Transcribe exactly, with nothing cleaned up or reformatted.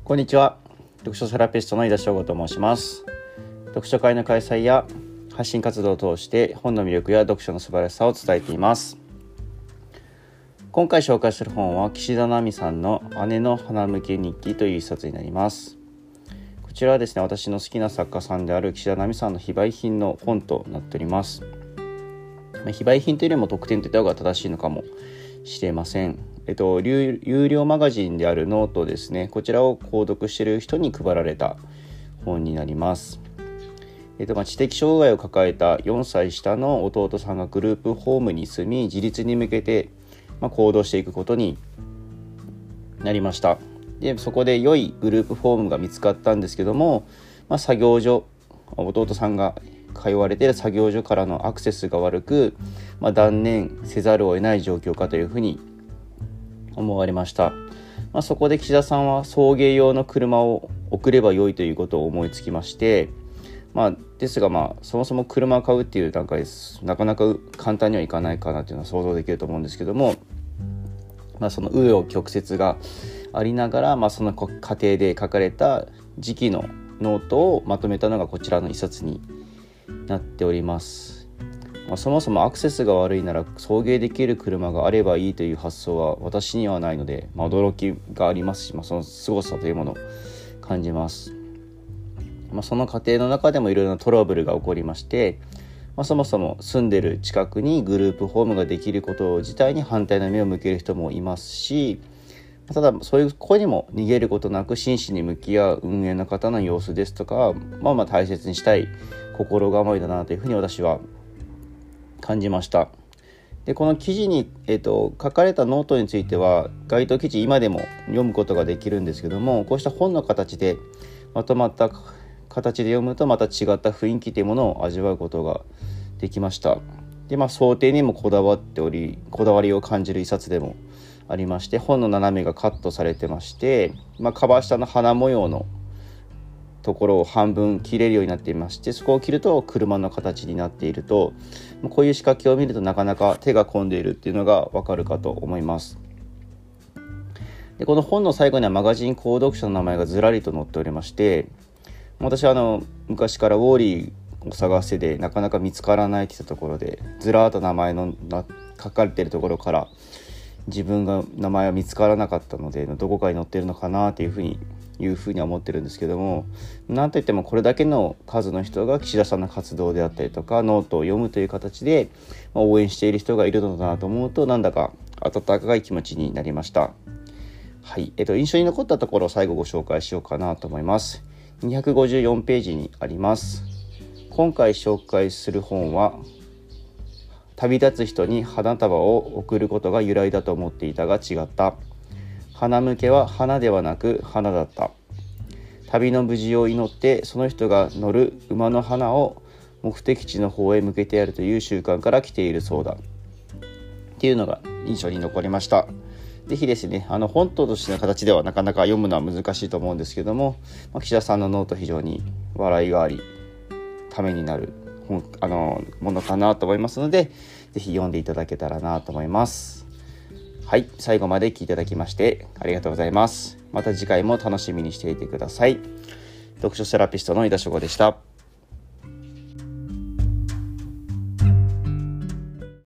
こんにちは。読書セラピストの井田翔吾と申します。読書会の開催や発信活動を通して本の魅力や読書の素晴らしさを伝えています。今回紹介する本は岸田奈美さんの姉の花向け日記という一冊になります。こちらはですね、私の好きな作家さんである岸田奈美さんの非売品の本となっております。非売品というよりも特典といった方が正しいのかもしれません。えっと、有料マガジンであるノートですね、こちらを購読している人に配られた本になります。えっとまあ、知的障害を抱えたよんさい下の弟さんがグループホームに住み、自立に向けて、まあ、行動していくことになりました。でそこで良いグループホームが見つかったんですけども、まあ、作業所弟さんが通われている作業所からのアクセスが悪く、まあ、断念せざるを得ない状況かというふうに思われました。まあ、そこで岸田さんは送迎用の車を送れば良いということを思いつきまして、まあ、ですがまあそもそも車を買うっていう段階です。なかなか簡単にはいかないかなというのは想像できると思うんですけども、まあ、その紆余曲折がありながら、まあ、その過程で書かれた時期のノートをまとめたのがこちらの一冊になっております。まあ、そもそもアクセスが悪いなら送迎できる車があればいいという発想は私にはないので、まあ、驚きがありますし、まあ、その凄さというものを感じます。まあ、その過程の中でもいろいろなトラブルが起こりまして、まあ、そもそも住んでる近くにグループホームができること自体に反対の目を向ける人もいますし、ただそういう声にも逃げることなく真摯に向き合う運営の方の様子ですとか、まあ、まあ大切にしたい心構えだなというふうに私は感じました。でこの記事に、えーと、書かれたノートについては該当記事今でも読むことができるんですけども、こうした本の形でまとまった形で読むとまた違った雰囲気というものを味わうことができました。で、まあ、想定にもこだわっておりこだわりを感じる一冊でもありまして、本の斜めがカットされてまして、まあ、カバー下の花模様のところを半分切れるようになっていまして、そこを切ると車の形になっていると、こういう仕掛けを見るとなかなか手が込んでいるっていうのがわかるかと思います。でこの本の最後にはマガジン購読者の名前がずらりと載っておりまして、私はあの昔からウォーリーを探してでなかなか見つからないって言ったところで、ずらーっと名前の書かれているところから自分が名前は見つからなかったので、どこかに載っているのかなというふうにいうふうには思ってるんですけども、なんといってもこれだけの数の人が岸田さんの活動であったりとかノートを読むという形で応援している人がいるのだなと思うと、なんだか温かい気持ちになりました。はい、えっと、印象に残ったところを最後ご紹介しようかなと思います。にひゃくごじゅうよんページにあります。今回紹介する本は、旅立つ人に花束を贈ることが由来だと思っていたが違った。花向けは花ではなく花だった。旅の無事を祈ってその人が乗る馬の花を目的地の方へ向けてやるという習慣から来ているそうだっていうのが印象に残りました。ぜひですね、あの本としての形ではなかなか読むのは難しいと思うんですけども、まあ、岸田さんのノート非常に笑いがありためになる本あのものかなと思いますので、ぜひ読んでいただけたらなと思います。はい、最後まで聞いていただきましてありがとうございます。また次回も楽しみにしていてください。読書セラピストの井田翔吾でした。